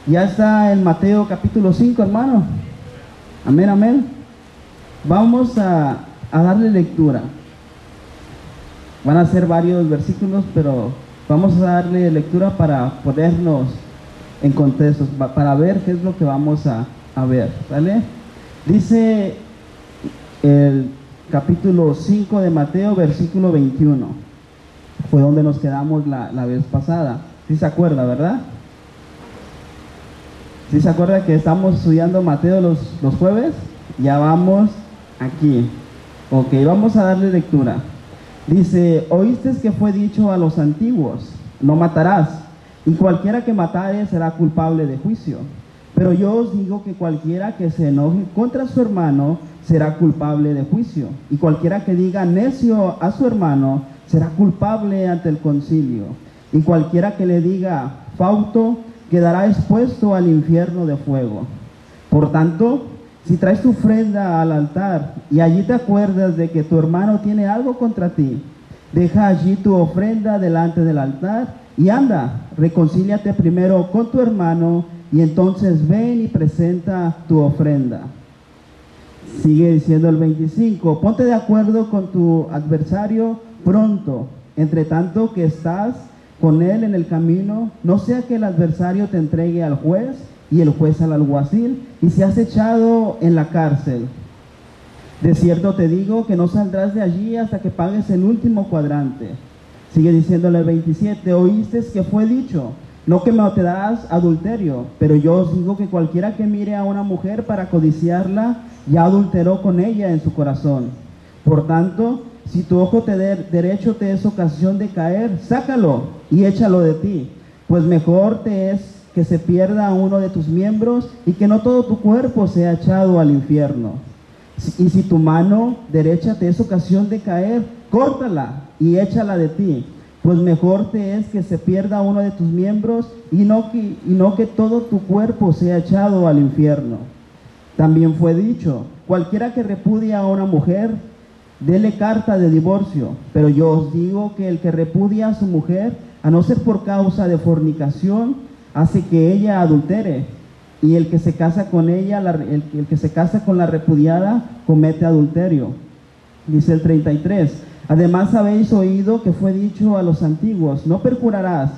Ya está en Mateo capítulo 5, hermano. Amén, amén. Vamos a darle lectura. Van a ser varios versículos, pero vamos a darle lectura para ponernos en contexto, para ver qué es lo que vamos a ver, ¿vale? Dice el capítulo 5 de Mateo, versículo 21. Fue donde nos quedamos la vez pasada. ¿Sí se acuerda, verdad? ¿Sí se acuerda que estamos estudiando Mateo los jueves? Ya vamos aquí. Ok, vamos a darle lectura. Dice: oíste que fue dicho a los antiguos, no matarás, y cualquiera que matare será culpable de juicio. Pero yo os digo que cualquiera que se enoje contra su hermano será culpable de juicio, y cualquiera que diga necio a su hermano será culpable ante el concilio, y cualquiera que le diga fausto quedará expuesto al infierno de fuego. Por tanto, si traes tu ofrenda al altar y allí te acuerdas de que tu hermano tiene algo contra ti, deja allí tu ofrenda delante del altar y anda, reconcíliate primero con tu hermano y entonces ven y presenta tu ofrenda. Sigue diciendo el 25, ponte de acuerdo con tu adversario pronto, entre tanto que estás con él en el camino, no sea que el adversario te entregue al juez y el juez al alguacil, y seas echado en la cárcel. De cierto te digo que no saldrás de allí hasta que pagues el último cuadrante. Sigue diciéndole el 27, oíste que fue dicho, no cometerás adulterio, pero yo os digo que cualquiera que mire a una mujer para codiciarla, ya adulteró con ella en su corazón. Por tanto, si tu ojo derecho te es ocasión de caer, sácalo y échalo de ti, pues mejor te es que se pierda uno de tus miembros y que no todo tu cuerpo sea echado al infierno. Y si tu mano derecha te es ocasión de caer, córtala y échala de ti, pues mejor te es que se pierda uno de tus miembros y no que todo tu cuerpo sea echado al infierno. También fue dicho, cualquiera que repudia a una mujer, dele carta de divorcio, pero yo os digo que el que repudia a su mujer, a no ser por causa de fornicación, hace que ella adultere, y el que se casa con ella, el que se casa con la repudiada, comete adulterio. Dice el 33, además habéis oído que fue dicho a los antiguos, no perjurarás,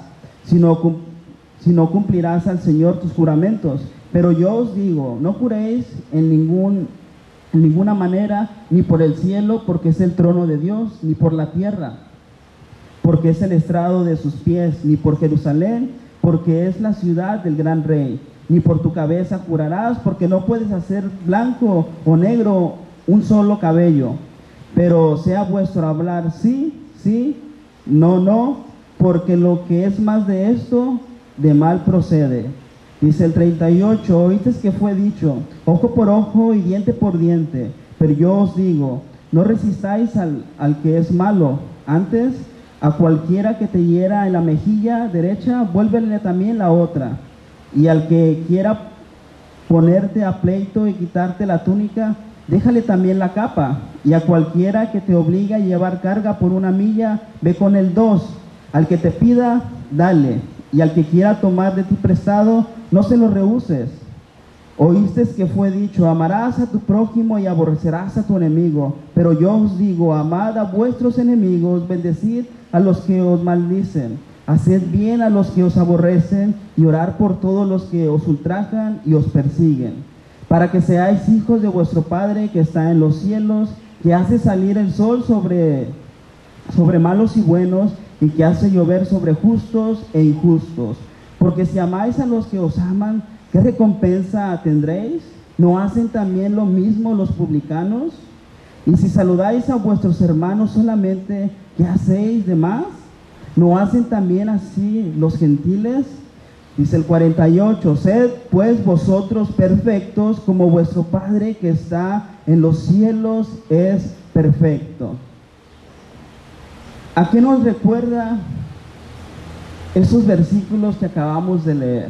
sino cumplirás al Señor tus juramentos. Pero yo os digo, no juréis en ninguna manera, ni por el cielo, porque es el trono de Dios, ni por la tierra, porque es el estrado de sus pies, ni por Jerusalén, porque es la ciudad del gran rey, ni por tu cabeza jurarás, porque no puedes hacer blanco o negro un solo cabello. Pero sea vuestro hablar sí, sí, no, no, porque lo que es más de esto, de mal procede. Dice el 38, oíste que fue dicho, ojo por ojo y diente por diente, pero yo os digo, no resistáis al que es malo, antes a cualquiera que te hiera en la mejilla derecha, vuélvele también la otra, y al que quiera ponerte a pleito y quitarte la túnica, déjale también la capa, y a cualquiera que te obligue a llevar carga por una milla, ve con él 2, al que te pida, dale, y al que quiera tomar de ti prestado, no se lo rehuses. Oíste que fue dicho, amarás a tu prójimo y aborrecerás a tu enemigo. Pero yo os digo, amad a vuestros enemigos, bendecid a los que os maldicen, haced bien a los que os aborrecen y orad por todos los que os ultrajan y os persiguen, para que seáis hijos de vuestro Padre que está en los cielos, que hace salir el sol sobre malos y buenos, y que hace llover sobre justos e injustos. Porque si amáis a los que os aman, ¿qué recompensa tendréis? ¿No hacen también lo mismo los publicanos? Y si saludáis a vuestros hermanos solamente, ¿qué hacéis de más? ¿No hacen también así los gentiles? Dice el 48, sed pues vosotros perfectos como vuestro Padre que está en los cielos es perfecto. ¿A qué nos recuerda esos versículos que acabamos de leer?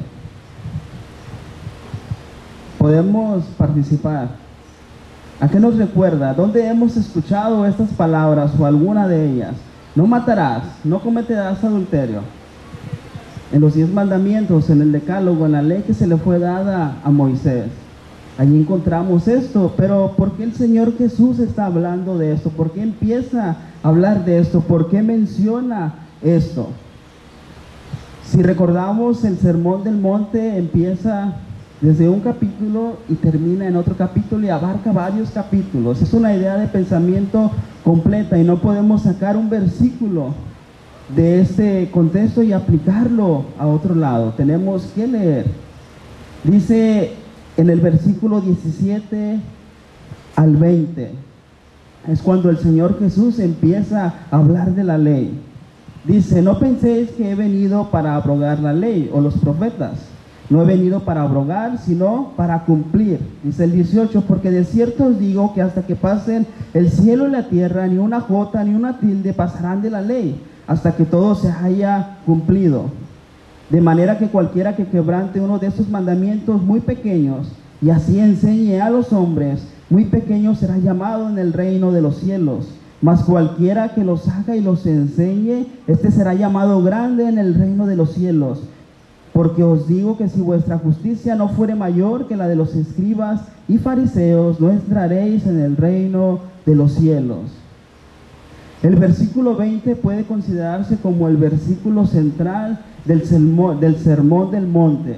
Podemos participar. ¿A qué nos recuerda? ¿Dónde hemos escuchado estas palabras o alguna de ellas? No matarás, no cometerás adulterio. en los 10 mandamientos, en el decálogo, en la ley que se le fue dada a Moisés. Allí encontramos esto, pero ¿por qué el Señor Jesús está hablando de esto? ¿Por qué empieza a hablar de esto? ¿Por qué menciona esto? Si recordamos, el Sermón del Monte empieza desde un capítulo y termina en otro capítulo y abarca varios capítulos. Es una idea de pensamiento completa y no podemos sacar un versículo de este contexto y aplicarlo a otro lado. Tenemos que leer. Dice en el versículo 17 al 20, es cuando el Señor Jesús empieza a hablar de la ley. Dice: no penséis que he venido para abrogar la ley o los profetas. No he venido para abrogar, sino para cumplir. Dice el 18: porque de cierto os digo que hasta que pasen el cielo y la tierra, ni una jota ni una tilde pasarán de la ley, hasta que todo se haya cumplido. De manera que cualquiera que quebrante uno de estos mandamientos muy pequeños y así enseñe a los hombres, muy pequeño será llamado en el reino de los cielos. Mas cualquiera que los haga y los enseñe, este será llamado grande en el reino de los cielos. Porque os digo que si vuestra justicia no fuere mayor que la de los escribas y fariseos, no entraréis en el reino de los cielos. El versículo 20 puede considerarse como el versículo central del Sermón del Monte.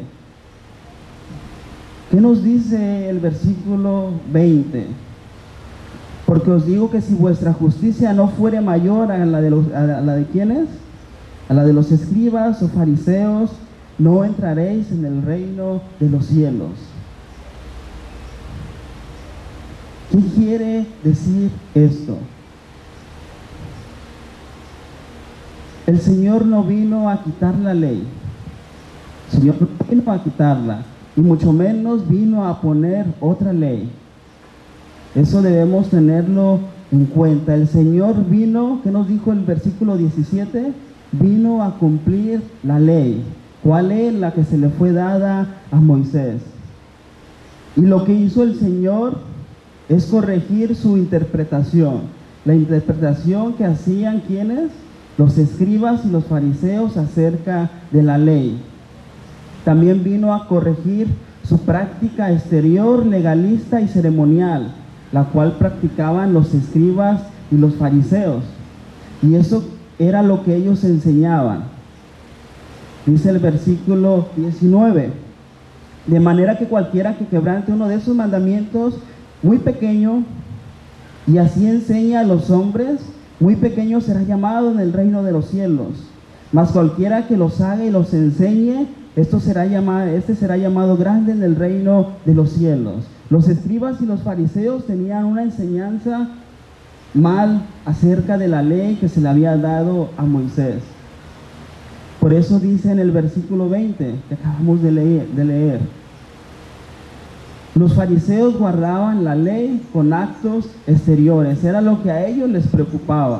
¿Qué nos dice el versículo 20? Porque os digo que si vuestra justicia no fuere mayor a la de ¿quiénes? A la de los escribas o fariseos, no entraréis en el reino de los cielos. ¿Qué quiere decir esto? El Señor no vino a quitar la ley. El Señor no vino a quitarla, y mucho menos vino a poner otra ley. Eso debemos tenerlo en cuenta. El Señor vino, ¿qué nos dijo el versículo 17? Vino a cumplir la ley. ¿Cuál es? La que se le fue dada a Moisés. Y lo que hizo el Señor es corregir su interpretación. La interpretación que hacían, ¿quiénes? Los escribas y los fariseos acerca de la ley. También vino a corregir su práctica exterior, legalista y ceremonial, la cual practicaban los escribas y los fariseos. Y eso era lo que ellos enseñaban. Dice el versículo 19: de manera que cualquiera que quebrante uno de esos mandamientos muy pequeño y así enseña a los hombres, muy pequeño será llamado en el reino de los cielos. Mas cualquiera que los haga y los enseñe, este será llamado grande en el reino de los cielos. Los escribas y los fariseos tenían una enseñanza mal acerca de la ley que se le había dado a Moisés. Por eso dice en el versículo 20 que acabamos de leer, los fariseos guardaban la ley con actos exteriores. Era lo que a ellos les preocupaba.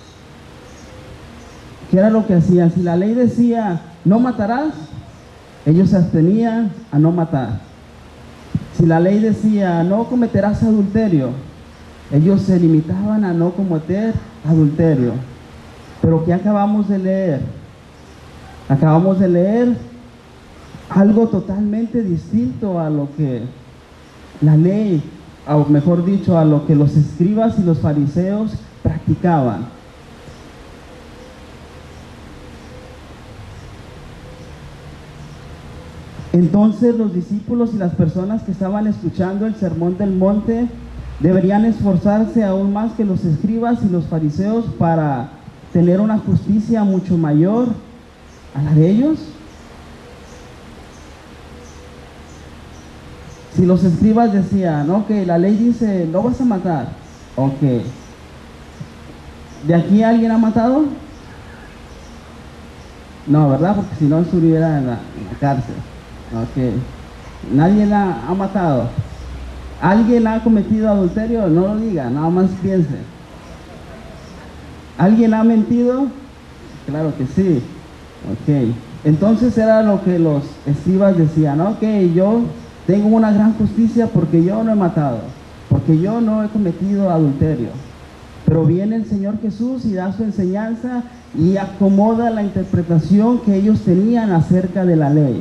¿Qué era lo que hacían? Si la ley decía no matarás, ellos se abstenían a no matar. Si la ley decía no cometerás adulterio, ellos se limitaban a no cometer adulterio. Pero ¿qué acabamos de leer? Acabamos de leer algo totalmente distinto a lo que la ley, o mejor dicho, a lo que los escribas y los fariseos practicaban. Entonces los discípulos y las personas que estaban escuchando el Sermón del Monte deberían esforzarse aún más que los escribas y los fariseos para tener una justicia mucho mayor a la de ellos. Si los escribas decían, ok, la ley dice no vas a matar, ok, ¿de aquí alguien ha matado? No, ¿verdad? Porque si no estuviera en la cárcel. Ok, nadie la ha matado. ¿Alguien ha cometido adulterio? No lo diga, nada más piense. ¿Alguien ha mentido? Claro que sí. Ok, entonces era lo que los escribas decían, ok, yo tengo una gran justicia porque yo no he matado, porque yo no he cometido adulterio. Pero viene el Señor Jesús y da su enseñanza y acomoda la interpretación que ellos tenían acerca de la ley.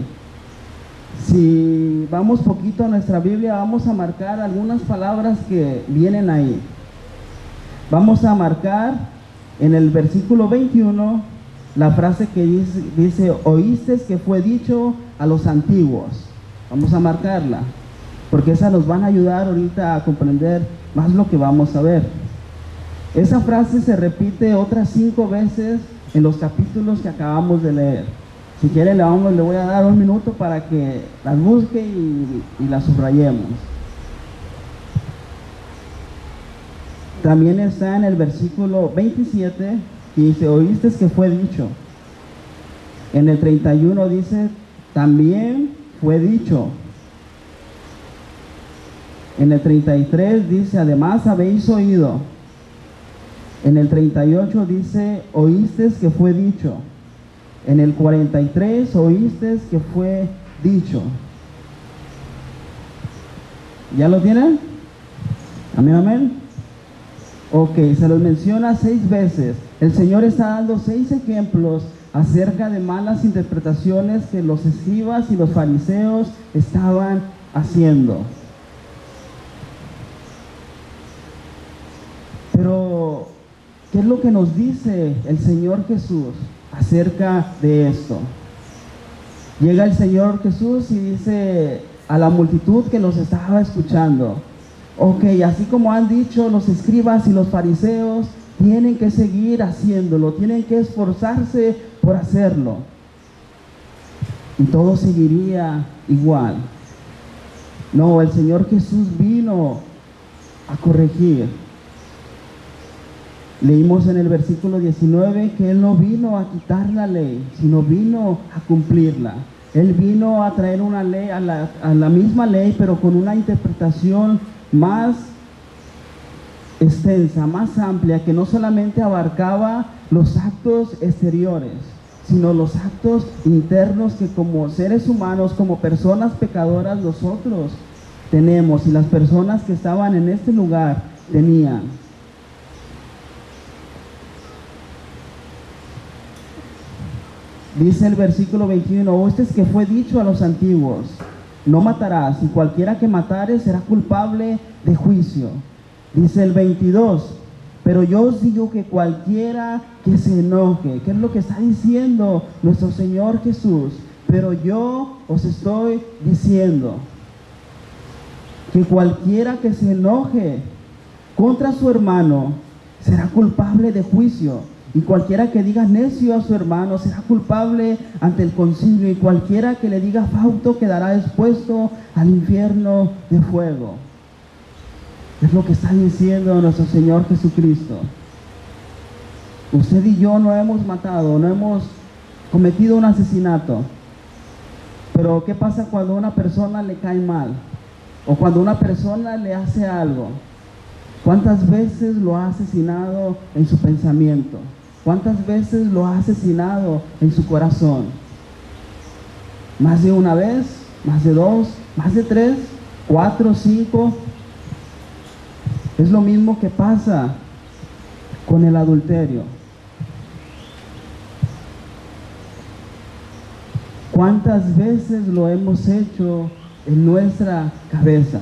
Si vamos poquito a nuestra Biblia, vamos a marcar algunas palabras que vienen ahí. Vamos a marcar en el versículo 21 la frase que dice, oíste que fue dicho a los antiguos. Vamos a marcarla, porque esa nos van a ayudar ahorita a comprender más lo que vamos a ver. Esa frase se repite otras 5 veces en los capítulos que acabamos de leer. Si quieren le voy a dar un minuto para que las busque y las subrayemos. También está en el versículo 27 que dice, oíste que fue dicho. En el 31 dice, también fue dicho. En el 33 dice, además habéis oído. En el 38 dice, oíste que fue dicho. En el 43 oíste que fue dicho. ¿Ya lo tienen? Amén, amén. Ok, se los menciona 6 veces. El Señor está dando 6 ejemplos acerca de malas interpretaciones que los escribas y los fariseos estaban haciendo. Pero, ¿qué es lo que nos dice el Señor Jesús acerca de esto? Llega el Señor Jesús y dice a la multitud que los estaba escuchando, ok, así como han dicho los escribas y los fariseos, tienen que seguir haciéndolo, tienen que esforzarse por hacerlo. Y todo seguiría igual. No, el Señor Jesús vino a corregir. Leímos en el versículo 19 que Él no vino a quitar la ley, sino vino a cumplirla. Él vino a traer una ley, a la misma ley, pero con una interpretación más extensa, más amplia, que no solamente abarcaba los actos exteriores, sino los actos internos que como seres humanos, como personas pecadoras, nosotros tenemos y las personas que estaban en este lugar tenían. Dice el versículo 21, oíste que fue dicho a los antiguos, no matarás, y cualquiera que matare será culpable de juicio. Dice el 22, pero yo os digo que cualquiera que se enoje, ¿qué es lo que está diciendo nuestro Señor Jesús? Pero yo os estoy diciendo que cualquiera que se enoje contra su hermano será culpable de juicio. Y cualquiera que diga necio a su hermano será culpable ante el concilio, y cualquiera que le diga fauto quedará expuesto al infierno de fuego. Es lo que está diciendo nuestro Señor Jesucristo. Usted y yo no hemos matado, no hemos cometido un asesinato. Pero ¿qué pasa cuando a una persona le cae mal? O cuando una persona le hace algo. ¿Cuántas veces lo ha asesinado en su pensamiento? ¿Cuántas veces lo ha asesinado en su corazón? ¿Más de una vez? ¿Más de 2? ¿Más de 3? ¿4? ¿5? Es lo mismo que pasa con el adulterio. ¿Cuántas veces lo hemos hecho en nuestra cabeza?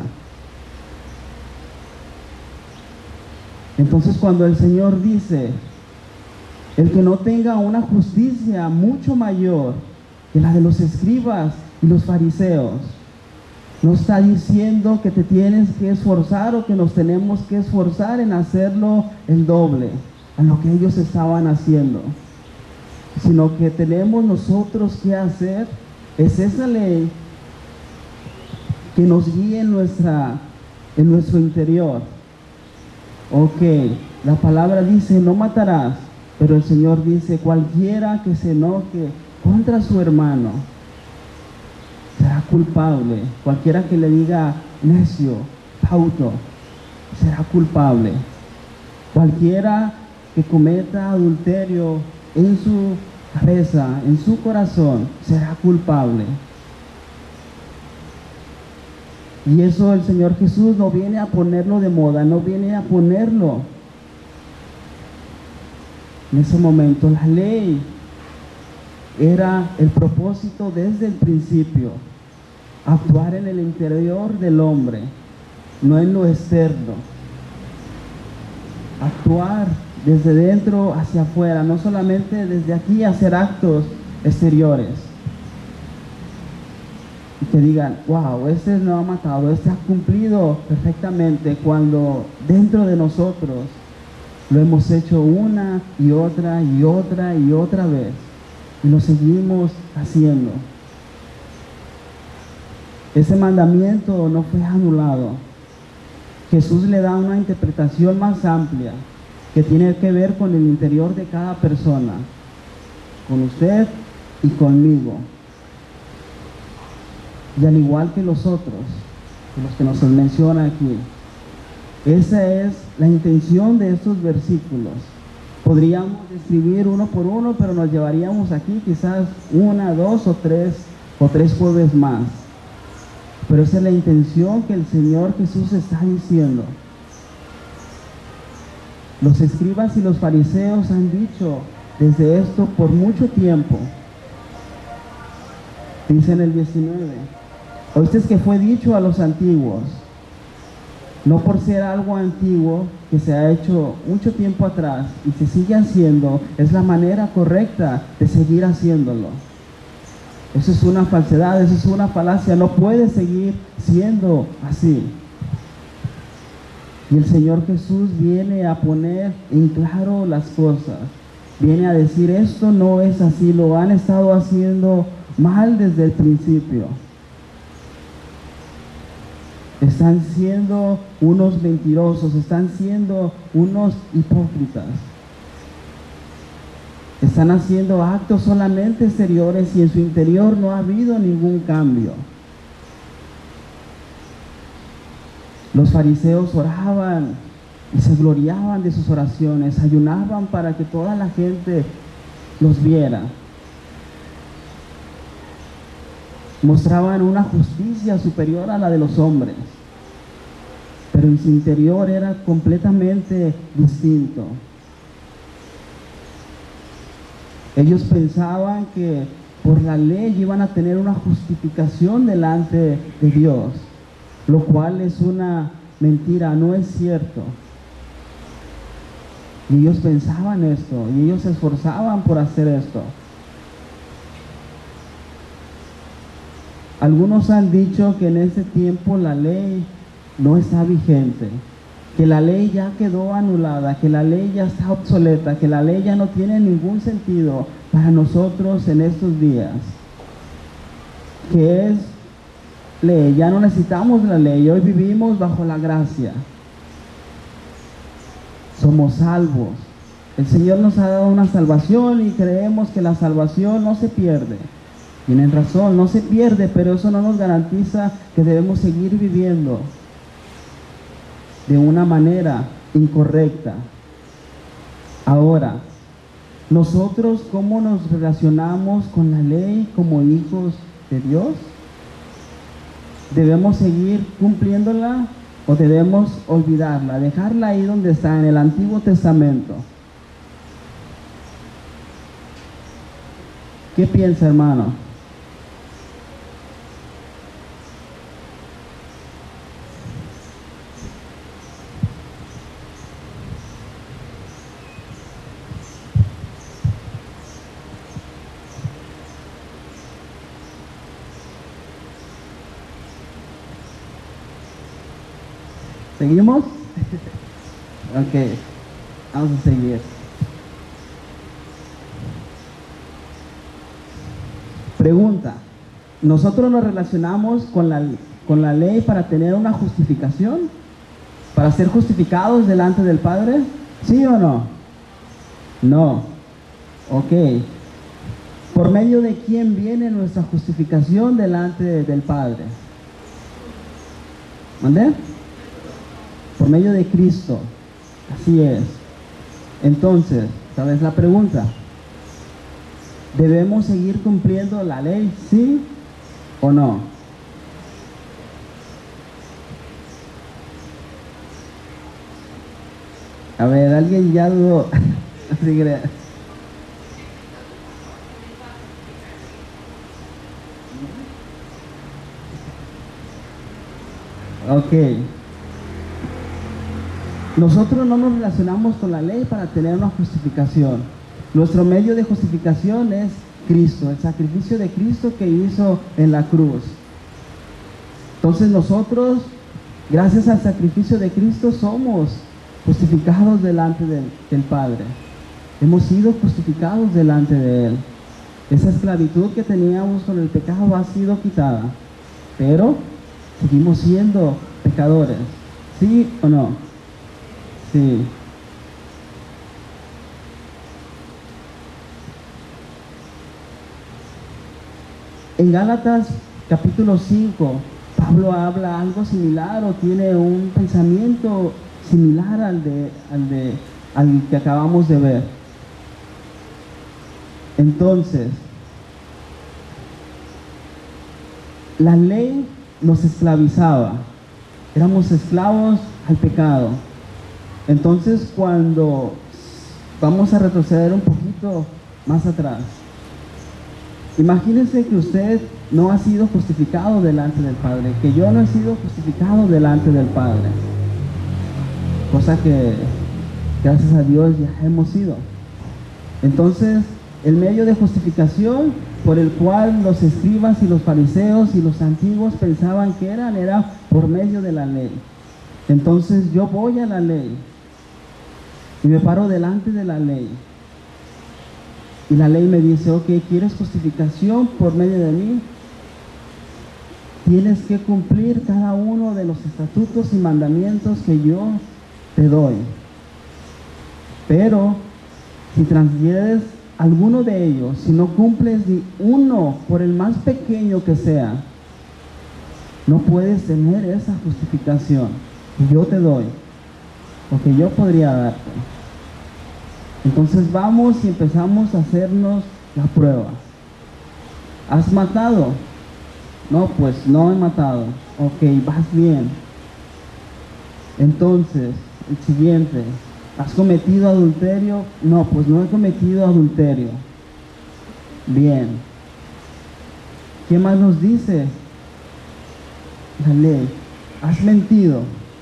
Entonces cuando el Señor dice, el que no tenga una justicia mucho mayor que la de los escribas y los fariseos, no está diciendo que te tienes que esforzar o que nos tenemos que esforzar en hacerlo el doble a lo que ellos estaban haciendo, sino que tenemos nosotros que hacer es esa ley que nos guíe en nuestro interior. Ok, la palabra dice no matarás, pero el Señor dice cualquiera que se enoje contra su hermano será culpable. Cualquiera que le diga necio, fauto, será culpable. Cualquiera que cometa adulterio en su cabeza, en su corazón, será culpable. Y eso el Señor Jesús no viene a ponerlo de moda, no viene a ponerlo En ese momento la ley era el propósito desde el principio, actuar en el interior del hombre, no en lo externo. Actuar desde dentro hacia afuera, no solamente desde aquí hacer actos exteriores. Y que digan, wow, este no ha matado, este ha cumplido perfectamente, cuando dentro de nosotros lo hemos hecho una y otra y otra y otra vez. Y lo seguimos haciendo. Ese mandamiento no fue anulado. Jesús le da una interpretación más amplia que tiene que ver con el interior de cada persona, con usted y conmigo. Y al igual que los otros, los que nos menciona aquí. Esa es la intención de estos versículos. Podríamos escribir uno por uno, pero nos llevaríamos aquí quizás una, dos o tres jueves más. Pero esa es la intención que el Señor Jesús está diciendo. Los escribas y los fariseos han dicho desde esto por mucho tiempo. Dice en el 19, oíste que fue dicho a los antiguos, no por ser algo antiguo que se ha hecho mucho tiempo atrás y se sigue haciendo, es la manera correcta de seguir haciéndolo. Eso es una falsedad, eso es una falacia, no puede seguir siendo así. Y el Señor Jesús viene a poner en claro las cosas, viene a decir esto no es así, lo han estado haciendo mal desde el principio. Están siendo unos mentirosos, están siendo unos hipócritas. Están haciendo actos solamente exteriores y en su interior no ha habido ningún cambio. Los fariseos oraban y se gloriaban de sus oraciones, ayunaban para que toda la gente los viera. Mostraban una justicia superior a la de los hombres, pero en su interior era completamente distinto. Ellos pensaban que por la ley iban a tener una justificación delante de Dios, lo cual es una mentira, no es cierto. Y ellos pensaban esto, y ellos se esforzaban por hacer esto. Algunos han dicho que en ese tiempo la ley no está vigente, que la ley ya quedó anulada, que la ley ya está obsoleta, que la ley ya no tiene ningún sentido para nosotros en estos días. Que es ley, ya no necesitamos la ley, hoy vivimos bajo la gracia. Somos salvos. El Señor nos ha dado una salvación y creemos que la salvación no se pierde. Tienen razón, no se pierde, pero eso no nos garantiza que debemos seguir viviendo de una manera incorrecta. Ahora, nosotros, ¿cómo nos relacionamos con la ley como hijos de Dios? ¿Debemos seguir cumpliéndola o debemos olvidarla, dejarla ahí donde está, en el Antiguo Testamento? ¿Qué piensa, hermano? ¿Seguimos? Ok, vamos a seguir. Pregunta, ¿nosotros nos relacionamos con la ley para tener una justificación? ¿Para ser justificados delante del Padre? ¿Sí o no? No. Ok. ¿Por medio de quién viene nuestra justificación delante del Padre? ¿Mandé? Por medio de Cristo. Así es. Entonces, ¿sabes la pregunta? ¿Debemos seguir cumpliendo la ley? ¿Sí o no? A ver, alguien ya dudó. Ok. Nosotros no nos relacionamos con la ley para tener una justificación. Nuestro medio de justificación es Cristo, el sacrificio de Cristo que hizo en la cruz. Entonces nosotros, gracias al sacrificio de Cristo, somos justificados delante del Padre. Hemos sido justificados delante de Él. Esa esclavitud que teníamos con el pecado ha sido quitada, pero seguimos siendo pecadores. ¿Sí o no? Sí. En Gálatas capítulo 5, Pablo habla algo similar o tiene un pensamiento similar al que acabamos de ver. Entonces, la ley nos esclavizaba, éramos esclavos al pecado. Entonces, cuando vamos a retroceder un poquito más atrás, imagínense que usted no ha sido justificado delante del Padre, que yo no he sido justificado delante del Padre, cosa que gracias a Dios ya hemos sido. Entonces, el medio de justificación por el cual los escribas y los fariseos y los antiguos pensaban que era por medio de la ley. Entonces yo voy a la ley y me paro delante de la ley. Y la ley me dice, ok, ¿quieres justificación por medio de mí? Tienes que cumplir cada uno de los estatutos y mandamientos que yo te doy. Pero si transgredes alguno de ellos, si no cumples ni uno, por el más pequeño que sea, no puedes tener esa justificación que yo te doy o que yo podría darte. Entonces vamos y empezamos a hacernos la prueba. ¿Has matado? No, pues no he matado. Ok, vas bien. Entonces, el siguiente. ¿Has cometido adulterio? No, pues no he cometido adulterio. Bien. ¿Qué más nos dice la ley? ¿Has mentido?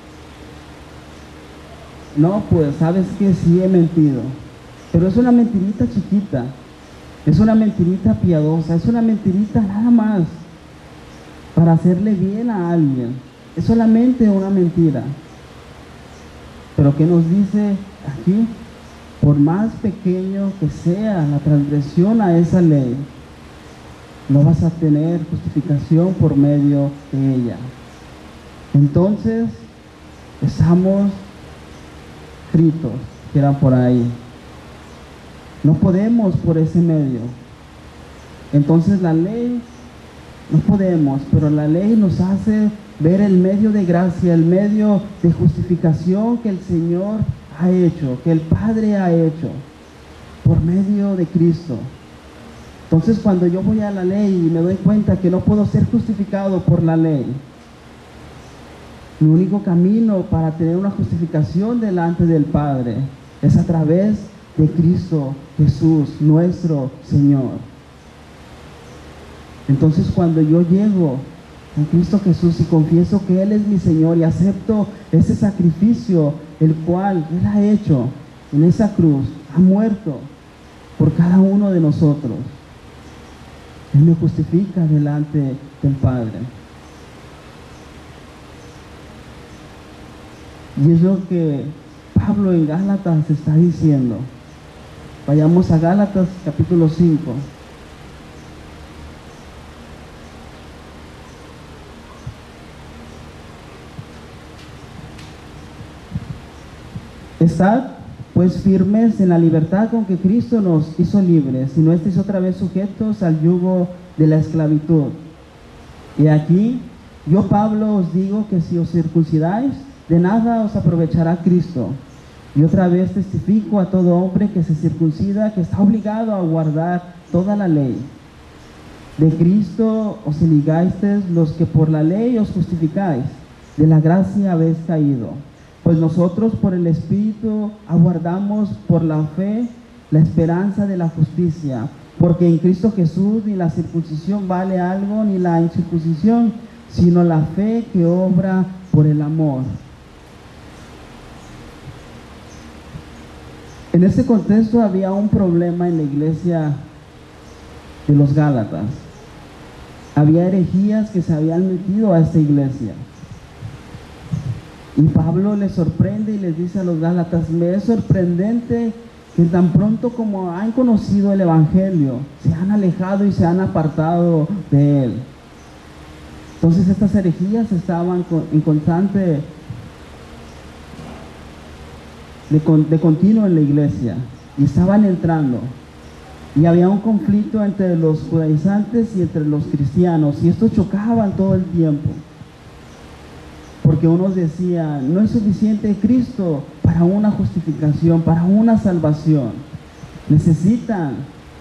No, pues sabes que sí he mentido. Pero es una mentirita chiquita. Es una mentirita piadosa. Es una mentirita nada más para hacerle bien a alguien. Es solamente una mentira. Pero ¿qué nos dice aquí? Por más pequeño que sea la transgresión a esa ley, no vas a tener justificación por medio de ella. Entonces, estamos fritos, que eran por ahí. No podemos por ese medio. Entonces la ley, no podemos, pero la ley nos hace ver el medio de gracia, el medio de justificación que el Señor ha hecho, que el Padre ha hecho, por medio de Cristo. Entonces cuando yo voy a la ley y me doy cuenta que no puedo ser justificado por la ley, mi único camino para tener una justificación delante del Padre es a través de Cristo Jesús, nuestro Señor. Entonces cuando yo llego a Cristo Jesús y confieso que Él es mi Señor y acepto ese sacrificio el cual Él ha hecho en esa cruz, ha muerto por cada uno de nosotros, Él me justifica delante del Padre. Y es lo que Pablo en Gálatas está diciendo. Vayamos a Gálatas capítulo 5. Estad pues firmes en la libertad con que Cristo nos hizo libres, y no estéis otra vez sujetos al yugo de la esclavitud. Y aquí, yo Pablo os digo que si os circuncidáis, de nada os aprovechará Cristo. Y otra vez testifico a todo hombre que se circuncida, que está obligado a guardar toda la ley. De Cristo os ligasteis los que por la ley os justificáis, de la gracia habéis caído. Pues nosotros por el Espíritu aguardamos por la fe la esperanza de la justicia, porque en Cristo Jesús ni la circuncisión vale algo, ni la incircuncisión, sino la fe que obra por el amor. En ese contexto había un problema en la iglesia de los Gálatas. Había herejías que se habían metido a esta iglesia. Y Pablo les sorprende y les dice a los Gálatas: me es sorprendente que tan pronto como han conocido el Evangelio, se han alejado y se han apartado de él. Entonces estas herejías estaban en constante de continuo en la iglesia y estaban entrando. Y había un conflicto entre los judaizantes y entre los cristianos, y estos chocaban todo el tiempo. Porque unos decían: no es suficiente Cristo para una justificación, para una salvación. Necesitan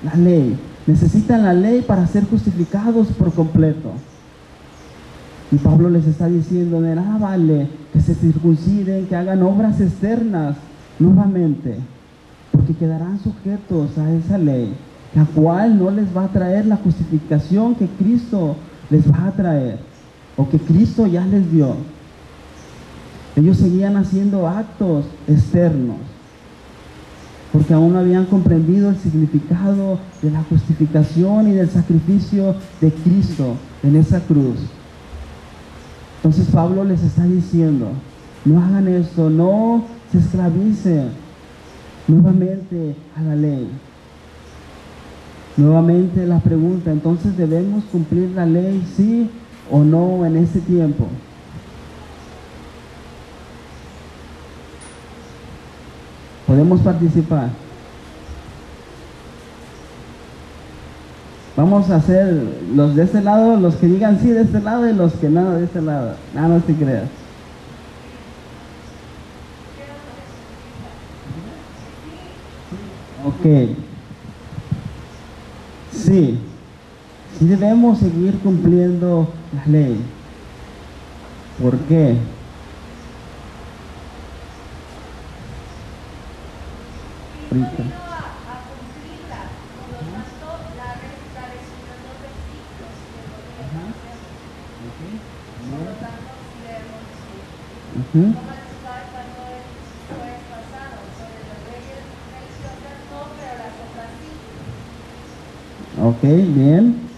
la ley para ser justificados por completo. Y Pablo les está diciendo: de nada vale que se circunciden, que hagan obras externas nuevamente, porque quedarán sujetos a esa ley, la cual no les va a traer la justificación que Cristo les va a traer, o que Cristo ya les dio. Ellos seguían haciendo actos externos, porque aún no habían comprendido el significado de la justificación y del sacrificio de Cristo en esa cruz. Entonces Pablo les está diciendo: no hagan esto, no se esclavicen nuevamente a la ley. Nuevamente la pregunta: entonces, ¿debemos cumplir la ley, sí o no, en este tiempo? ¿Podemos participar? Vamos a hacer los de este lado, los que digan sí de este lado, y los que no de este lado. No te creas. Ok. Sí debemos seguir cumpliendo la ley. ¿Por qué? Ahorita. Ok, bien.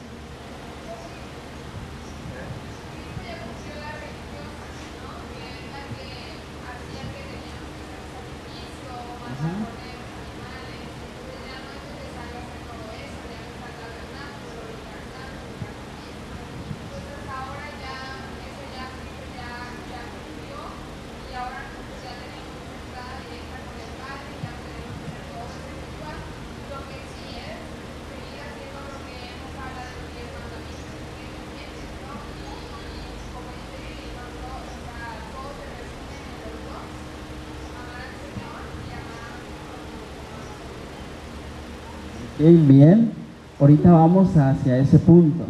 Bien, ahorita vamos hacia ese punto.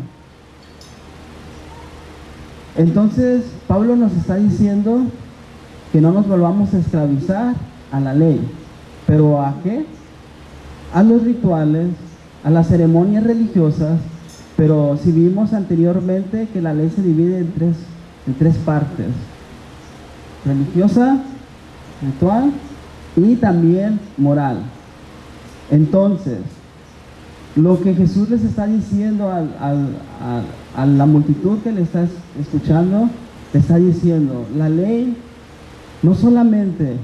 Entonces, Pablo nos está diciendo que no nos volvamos a esclavizar a la ley. ¿Pero a qué? A los rituales, a las ceremonias religiosas. Pero si vimos anteriormente que la ley se divide en tres partes: religiosa, ritual y también moral. Entonces, lo que Jesús les está diciendo a la multitud que le está escuchando, le está diciendo: la ley no solamente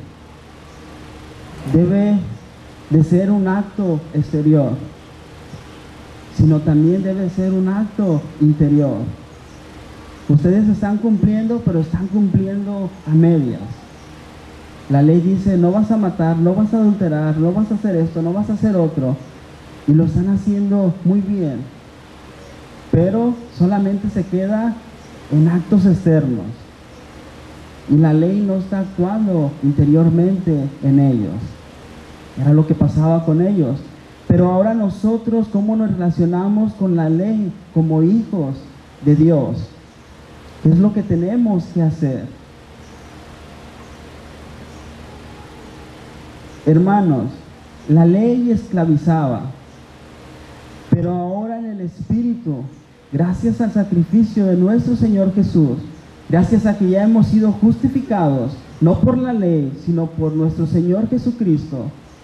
debe de ser un acto exterior, sino también debe ser un acto interior. Ustedes están cumpliendo, pero están cumpliendo a medias. La ley dice: no vas a matar, no vas a adulterar, no vas a hacer esto, no vas a hacer otro. Y lo están haciendo muy bien, pero solamente se queda en actos externos. Y la ley no está actuando interiormente en ellos. Era lo que pasaba con ellos. Pero ahora nosotros, ¿cómo nos relacionamos con la ley como hijos de Dios? ¿Qué es lo que tenemos que hacer? Hermanos, la ley esclavizaba, pero ahora en el Espíritu, gracias al sacrificio de nuestro Señor Jesús, Gracias a que ya hemos sido justificados, no por la ley, sino por nuestro Señor Jesucristo,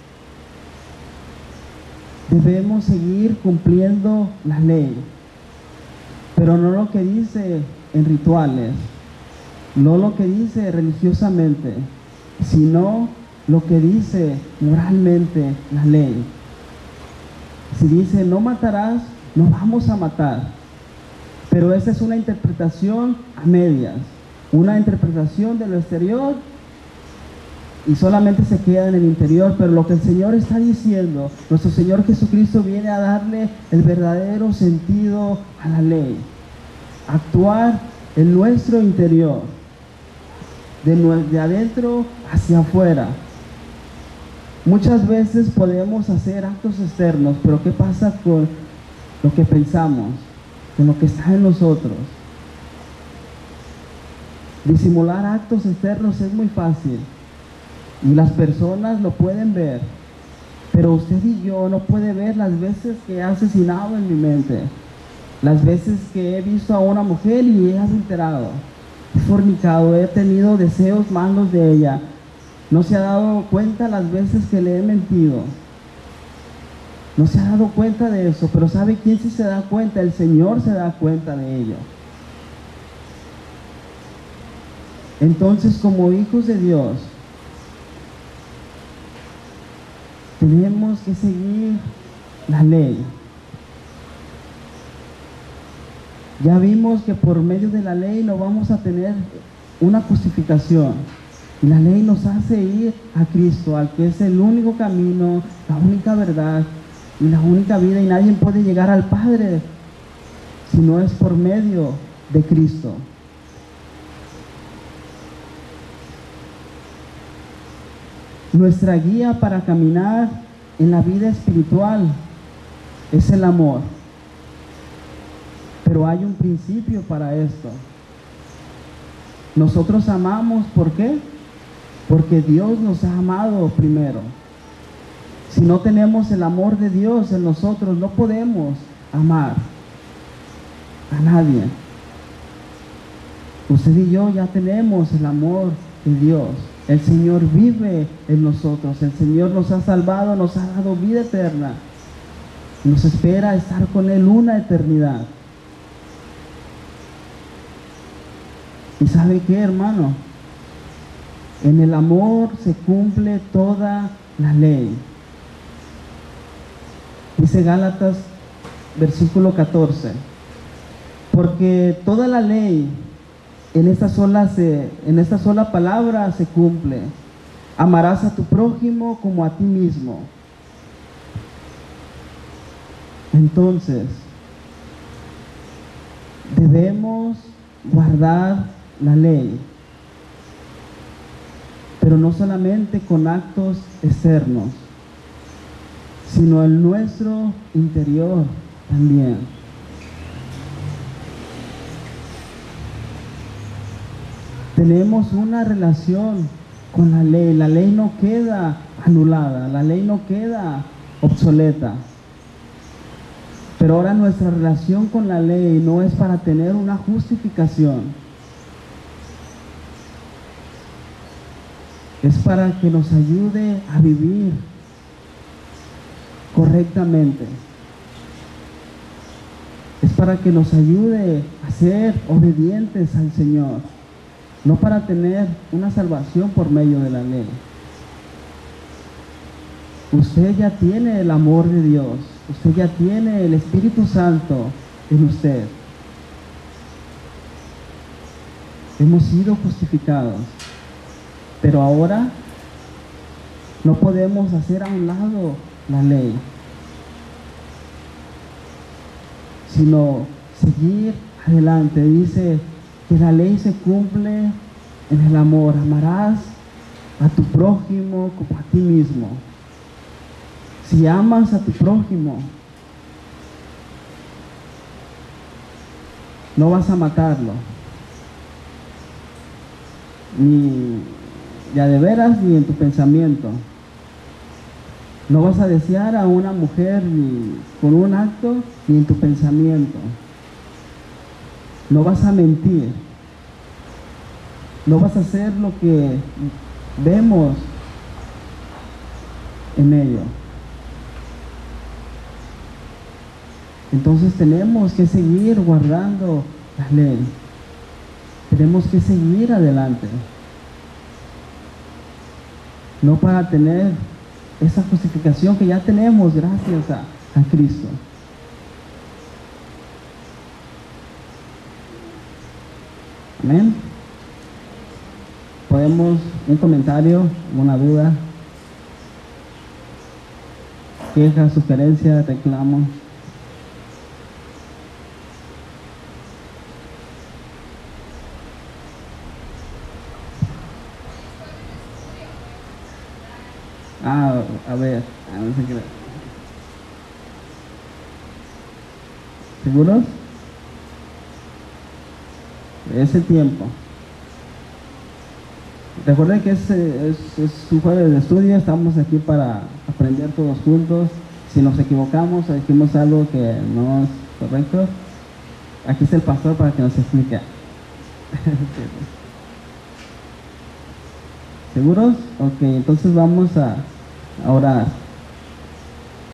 debemos seguir cumpliendo la ley, pero no lo que dice en rituales, no lo que dice religiosamente, sino lo que dice moralmente la ley. Si dice no matarás, no vamos a matar, pero esa es una interpretación a medias, una interpretación de lo exterior y solamente se queda en el interior. Pero lo que el Señor está diciendo, nuestro Señor Jesucristo viene a darle el verdadero sentido a la ley, actuar en nuestro interior, de adentro hacia afuera. Muchas veces podemos hacer actos externos, pero ¿qué pasa con lo que pensamos, con lo que está en nosotros? Disimular actos externos es muy fácil y las personas lo pueden ver, pero usted y yo no puede ver las veces que he asesinado en mi mente, las veces que he visto a una mujer y he adulterado, he fornicado, he tenido deseos malos de ella. No se ha dado cuenta las veces que le he mentido. No se ha dado cuenta de eso, pero ¿sabe quién sí se da cuenta? El Señor se da cuenta de ello. Entonces, como hijos de Dios, tenemos que seguir la ley. Ya vimos que por medio de la ley no vamos a tener una justificación. Y la ley nos hace ir a Cristo, al que es el único camino, la única verdad y la única vida. Y nadie puede llegar al Padre si no es por medio de Cristo. Nuestra guía para caminar en la vida espiritual es el amor. Pero hay un principio para esto. Nosotros amamos, ¿por qué? Porque Dios nos ha amado primero. Si no tenemos el amor de Dios en nosotros, no podemos amar a nadie. Usted y yo ya tenemos el amor de Dios. El Señor vive en nosotros. El Señor nos ha salvado, nos ha dado vida eterna. Nos espera estar con Él una eternidad. ¿Y sabe qué, hermano? En el amor se cumple toda la ley. Dice Gálatas, versículo 14. Porque toda la ley en esta sola palabra se cumple. Amarás a tu prójimo como a ti mismo. Entonces, debemos guardar la ley, pero no solamente con actos externos, sino en nuestro interior también. Tenemos una relación con la ley no queda anulada, la ley no queda obsoleta. Pero ahora nuestra relación con la ley no es para tener una justificación, es para que nos ayude a vivir correctamente. Es para que nos ayude a ser obedientes al Señor, no para tener una salvación por medio de la ley. Usted ya tiene el amor de Dios, usted ya tiene el Espíritu Santo en usted. Hemos sido justificados. Pero ahora no podemos hacer a un lado la ley, sino seguir adelante. Dice que la ley se cumple en el amor. Amarás a tu prójimo como a ti mismo. Si amas a tu prójimo, no vas a matarlo, ni ya de veras ni en tu pensamiento. No vas a desear a una mujer ni con un acto ni en tu pensamiento. No vas a mentir. No vas a hacer lo que vemos en ello. Entonces tenemos que seguir guardando la ley. Tenemos que seguir adelante. No para tener esa justificación que ya tenemos gracias a Cristo. Amén. Podemos, un comentario, una duda, queja, sugerencia, reclamo. A ver, no sé qué. ¿Seguros? Ese tiempo. Recuerden que es un jueves de estudio, estamos aquí para aprender todos juntos. Si nos equivocamos o dijimos algo que no es correcto, aquí está el pastor para que nos explique. ¿Seguros? Ok, entonces vamos a orar.